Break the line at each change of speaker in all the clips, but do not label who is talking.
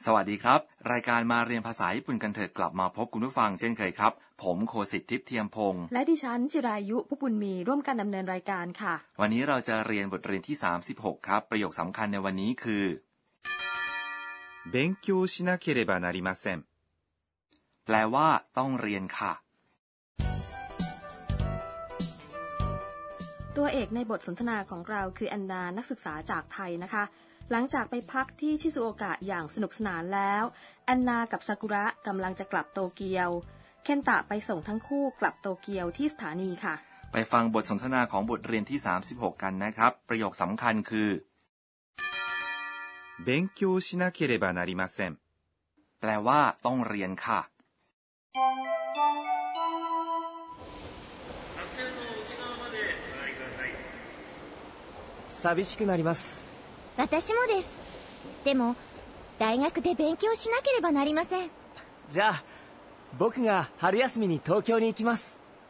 สวัสดีครับรายการมาเรียนภาษาญี่ปุ่นกันเถิดกลับมาพบคุณผู้ฟังเช่นเคยครับผมโคสิทธิ์ทิพย์เทียมพงษ์
และดิฉันจิรายุผู้บุญมีร่วมกันดำเนินรายการค่ะ
วันนี้เราจะเรียนบทเรียนที่36ครับประโยคสำคัญในวันนี้คือ
勉強しなければなりません
แปลว่าต้องเรียนค่ะ
ตัวเอกในบทสนทนาของเราคือแอนนานักศึกษาจากไทยนะคะหลังจากไปพักที่ชิซุโอกะอย่างสนุกสนานแล้วแอนนากับซากุระกำลังจะกลับโตเกียวเคนตะไปส่งทั้งคู่กลับโตเกียวที่สถานีค่ะ
ไปฟังบทสนทนาของบทเรียนที่36กันนะครับประโยคสำคัญคือ
勉強しなければなりません
แปลว่าต้องเรียนค่ะ
寂しくなります
私もですでも大学で勉強しなければなりません
じゃあ僕が春休みに東京に行きます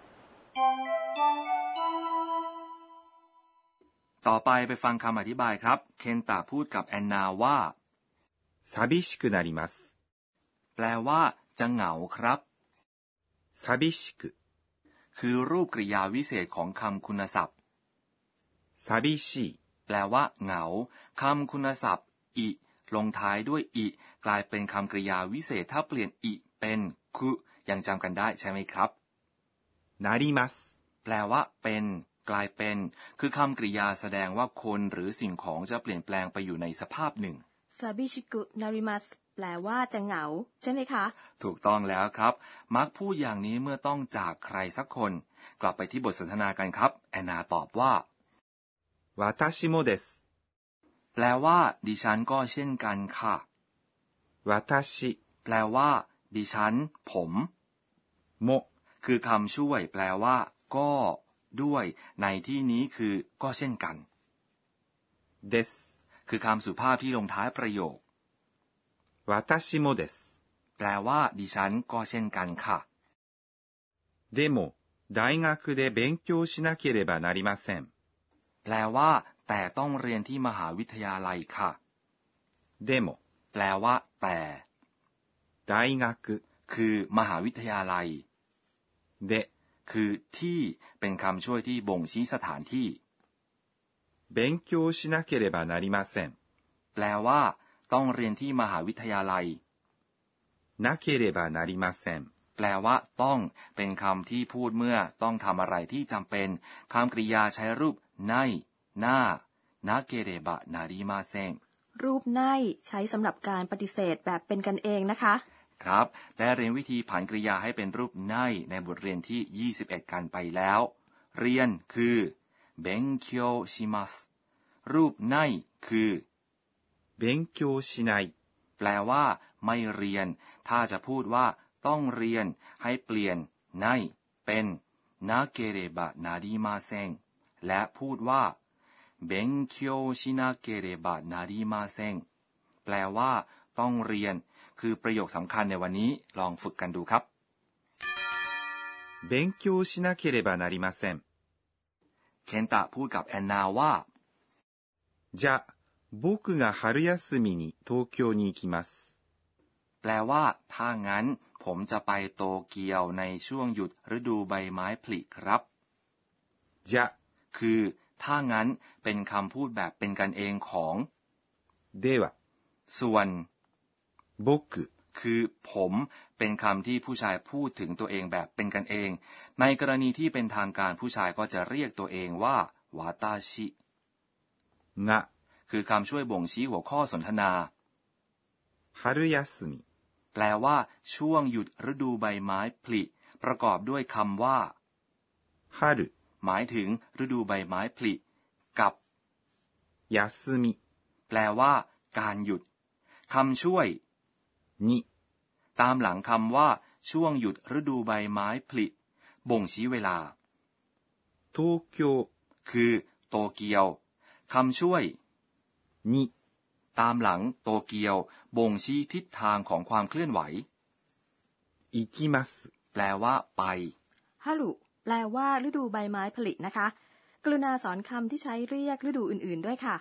ต่อไปฟังคำอธิบายครับเคนตะพูดกับแอนนาว่า
寂しくなります
แปลว่าจะเหงาครับ
寂しく
คือรูปกริยาวิเศษของคำคุณศัพท์
寂しい
แปลว่าเหงาคำคุณศัพท์อิลงท้ายด้วยอิกลายเป็นคำกริยาวิเศษถ้าเปลี่ยนอิเป็นคุยังจำกันได้ใช่ไหมครับ
なります
แปลว่าเป็นกลายเป็นคือคำกริยาแสดงว่าคนหรือสิ่งของจะเปลี่ยนแปลงไปอยู่ในสภาพหนึ่ง
ซาบิชิกุนาริมัสแปลว่าจะเหงาใช่ไหมคะ
ถูกต้องแล้วครับมักพูดอย่างนี้เมื่อต้องจากใครสักคนกลับไปที่บทสนทนากันครับแอนนาตอบว่า
私もです
แปลว่าดิฉันก็เช่นกันค่ะ
私
แปลว่าดิฉันผม
も
คือคำช่วยแปลว่าก็ด้วยในที่นี้คือก็เช่นกัน
です
คือคำสุภาพที่ลงท้ายประโยค
私もです
แปลว่าดิฉันก็เช่นกันค่ะ
でも大学で勉強しなければなりません
แปลว่าแต่ต้องเรียนที่มหาวิทยาลัยค่ะ
でも
แปลว่าแต่
大学
คือมหาวิทยาลัย
で
คือที่เป็นคำช่วยที่บ่งชี้สถานที่
勉強しなければなりません
แปลว่าต้องเรียนที่มหาวิทยาลัย
なければなりません
แปลว่าต้องเป็นคำที่พูดเมื่อต้องทำอะไรที่จำเป็นคำกริยาใช้รูปไนหน้านาเกเรบะนาริมาเซง
รูปไนใช้สำหรับการปฏิเสธแบบเป็นกันเองนะคะ
ครับได้เรียนวิธีผันกริยาให้เป็นรูปไนในบทเรียนที่21กันไปแล้วเรียนคือเบงเคียวชิมัสรูปไนคือ
勉強しない
แปลว่าไม่เรียนถ้าจะพูดว่าต้องเรียนให้เปลี่ยนไนเป็นนาเกเรบะนาริมาเซงและพูดว่าเบงเคียวชินาเกเรบะนาริมาเซงแปลว่าต้องเรียนคือประโยคสำคัญในวันนี้ลองฝึกกันดูครับ
勉強しなければなりません
เคนตะพูดกับแอนนาว่า
じゃ僕が春休みに東京に行きます
แปลว่าถ้างั้นผมจะไปโตเกียวในช่วงหยุดฤดูใบไม้ผลิครับ
じゃ
คือถ้างั้นเป็นคำพูดแบบเป็นกันเองของ
では
ส่วน
僕
คือผมเป็นคำที่ผู้ชายพูดถึงตัวเองแบบเป็นกันเองในกรณีที่เป็นทางการผู้ชายก็จะเรียกตัวเองว่าวาตาชิ
が
คือคำช่วยบ่งชี้หัวข้อสนทนา
春休み
แปลว่าช่วงหยุดฤดูใบไม้ผลิประกอบด้วยคำว่า
春
หมายถึงฤดูใบไม้ผลิกับ
休み
แปลว่าการหยุดคำช่วย
に
ตามหลังคำว่าช่วงหยุดฤดูใบไม้ผลิบ่งชี้เวลา
東京
คือโตเกียวคำช่วย
に
ตามหลังโตเกียวบ่งชี้ทิศทางของความเคลื่อนไหว
行きます
แปลว่าไป
ฮารุแปลว่าฤดูใบไม้ผลินะคะกรุณาสอนคำที่ใช้เรียกฤดูอื่นๆด้วยค่ะ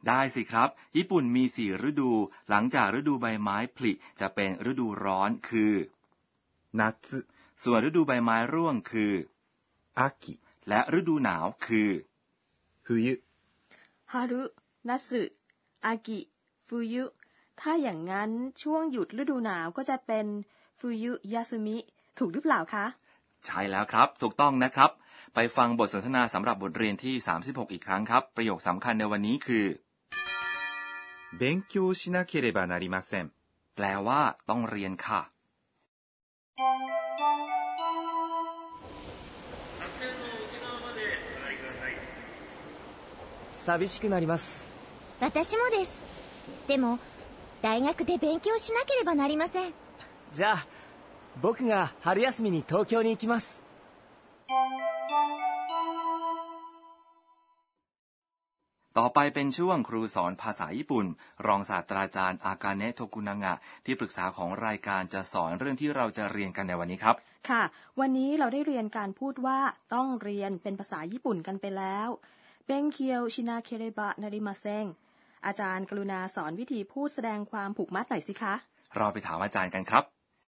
ได้สิครับญี่ปุ่นมี4ฤดูหลังจากฤดูใบไม้ผลิจะเป็นฤดูร้อนคือ
夏
ส่วนฤดูใบไม้ร่วงคือ
秋
และฤดูหนาวคือ
冬
ฮารุนัสึอากิฟุยุถ้าอย่างนั้นช่วงหยุดฤดูหนาวก็จะเป็นฟุยุยาสุมิถูกหรือเปล่าคะ
ใช่แล้วครับถูกต้องนะครับไปฟังบทสนทนาสำหรับบทเรียนที่36อีกครั้งครับประโยคสำคัญในวันนี้คือ
勉強しなければなりません
แปลว่าต้องเรียนค่ะ
寂しくなります
私もですでも大学で勉強しなければなりません
じゃあ僕が春休みに東京に行きます
ต่อไปเป็นช่วงครูสอนภาษาญี่ปุ่นรองศาสตราจารย์อากาเนะโทกุนางะที่ปรึกษาของรายการจะสอนเรื่องที่เราจะเรียนกันในวันนี้ครับ
ค่ะวันนี้เราได้เรียนการพูดว่าต้องเรียนเป็นภาษาญี่ปุ่นกันไปแล้วเบงเคียวชินาเคเรบะนาริมาเซงอาจารย์กรุณาสอนวิธีพูดแสดงความผูกมัดหน่อยสิคะ
เราไปถามอาจารย์กันครับ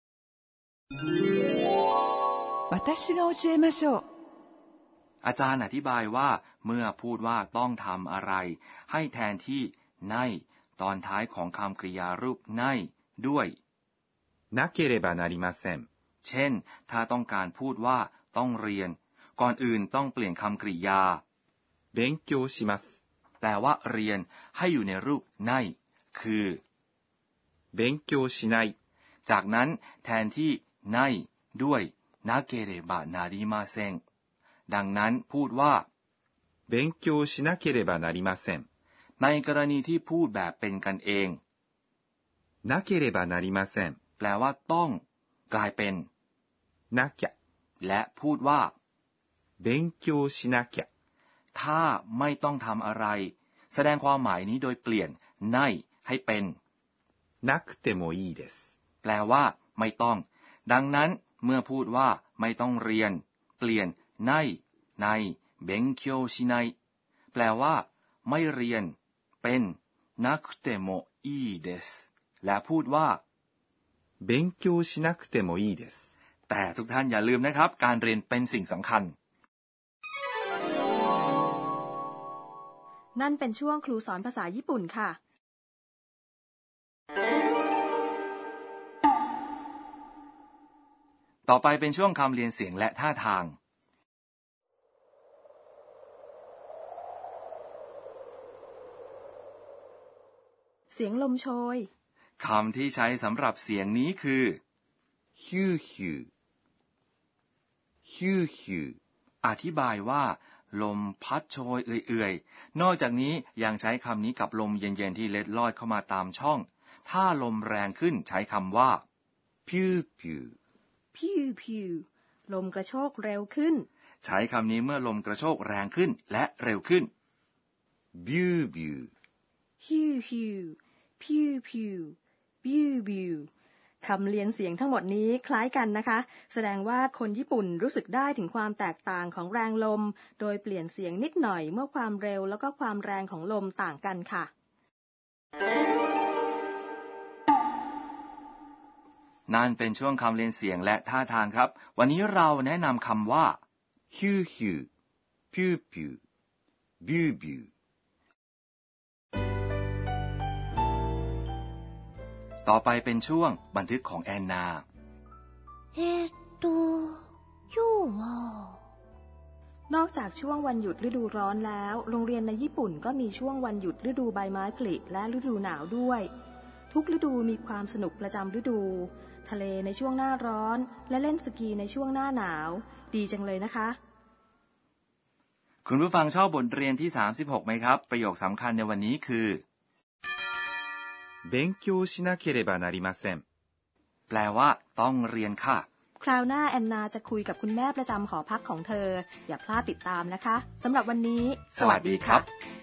私が教えましょう
อาจารย์อธิบายว่าเมื่อพูดว่าต้องทำอะไรให้แทนที่ไนตอนท้ายของคำกริยารูปไนด้วย
なければなりません
เช่นถ้าต้องการพูดว่าต้องเรียนก่อนอื่นต้องเปลี่ยนคำกริยา
勉強します
แปลว่าเรียนให้อยู่ในรูปไนคือ
勉強しない
จากนั้นแทนที่ไนด้วยนาเกเรบะนาริมาเซงดังนั้นพูดว่า
勉強しなければなりません
ในกรณีที่พูดแบบเป็นกันเอง
なければなりません
แปลว่าต้องกลายเป็น
なきゃ
และพูดว่า
勉強しなきゃ
ถ้าไม่ต้องทำอะไรแสดงความหมายนี้โดยเปลี่ยนไนให้เป็น
なくてもいいです
แปลว่าไม่ต้องดังนั้นเมื่อพูดว่าไม่ต้องเรียนเปลี่ยนไนในเบงเคียวชิไนแปลว่าไม่เรียนเป็นนักเตโมอีเดสและพูดว่า
勉強しなくてもいいです
แต่ทุกท่านอย่าลืมนะครับการเรียนเป็นสิ่งสำคัญ
นั่นเป็นช่วงครูสอนภาษาญี่ปุ่นค่ะ
ต่อไปเป็นช่วงคำเรียนเสียงและท่าทาง
เสียงลมโชย
คำที่ใช้สำหรับเสียงนี้คือ
ฮิวฮิวฮิวฮิว
อธิบายว่าลมพัดโชยเอื่อยๆนอกจากนี้ยังใช้คำนี้กับลมเย็นๆที่เล็ดลอดเข้ามาตามช่องถ้าลมแรงขึ้นใช้คำว่า
พิวพิว
พิวพิวลมกระโชกเร็วขึ้น
ใช้คำนี้เมื่อลมกระโชกแรงขึ้นและเร็วขึ้น
บิวบิว
ฮิวฮิวพิวพิวบิวบิวคำเรียนเสียงทั้งหมดนี้คล้ายกันนะคะแสดงว่าคนญี่ปุ่นรู้สึกได้ถึงความแตกต่างของแรงลมโดยเปลี่ยนเสียงนิดหน่อยเมื่อความเร็วแล้วก็ความแรงของลมต่างกันค่ะ
นั่นเป็นช่วงคำเรียนเสียงและท่าทางครับวันนี้เราแนะนำคำว่า
ฮิวฮิวพิวพิวบิวบิว
ต่อไปเป็นช่วงบันทึกของแอนนาน
อกจากช่วงวันหยุดฤดูร้อนแล้วโรงเรียนในญี่ปุ่นก็มีช่วงวันหยุดฤดูใบไม้ผลิและฤดูหนาวด้วยทุกฤดูมีความสนุกประจำฤดูทะเลในช่วงหน้าร้อนและเล่นสกีในช่วงหน้าหนาวดีจังเลยนะคะ
คุณผู้ฟังชอบบทเรียนที่36ไหมครับประโยคสำคัญในวันนี้คือ
勉強しなければなりません
แปลว่าต้องเรียนค่ะ
คราวหน้าแอนนาจะคุยกับคุณแม่ประจำหอพักของเธออย่าพลาดติดตามนะคะสำหรับวันนี้
สวัสดีครับ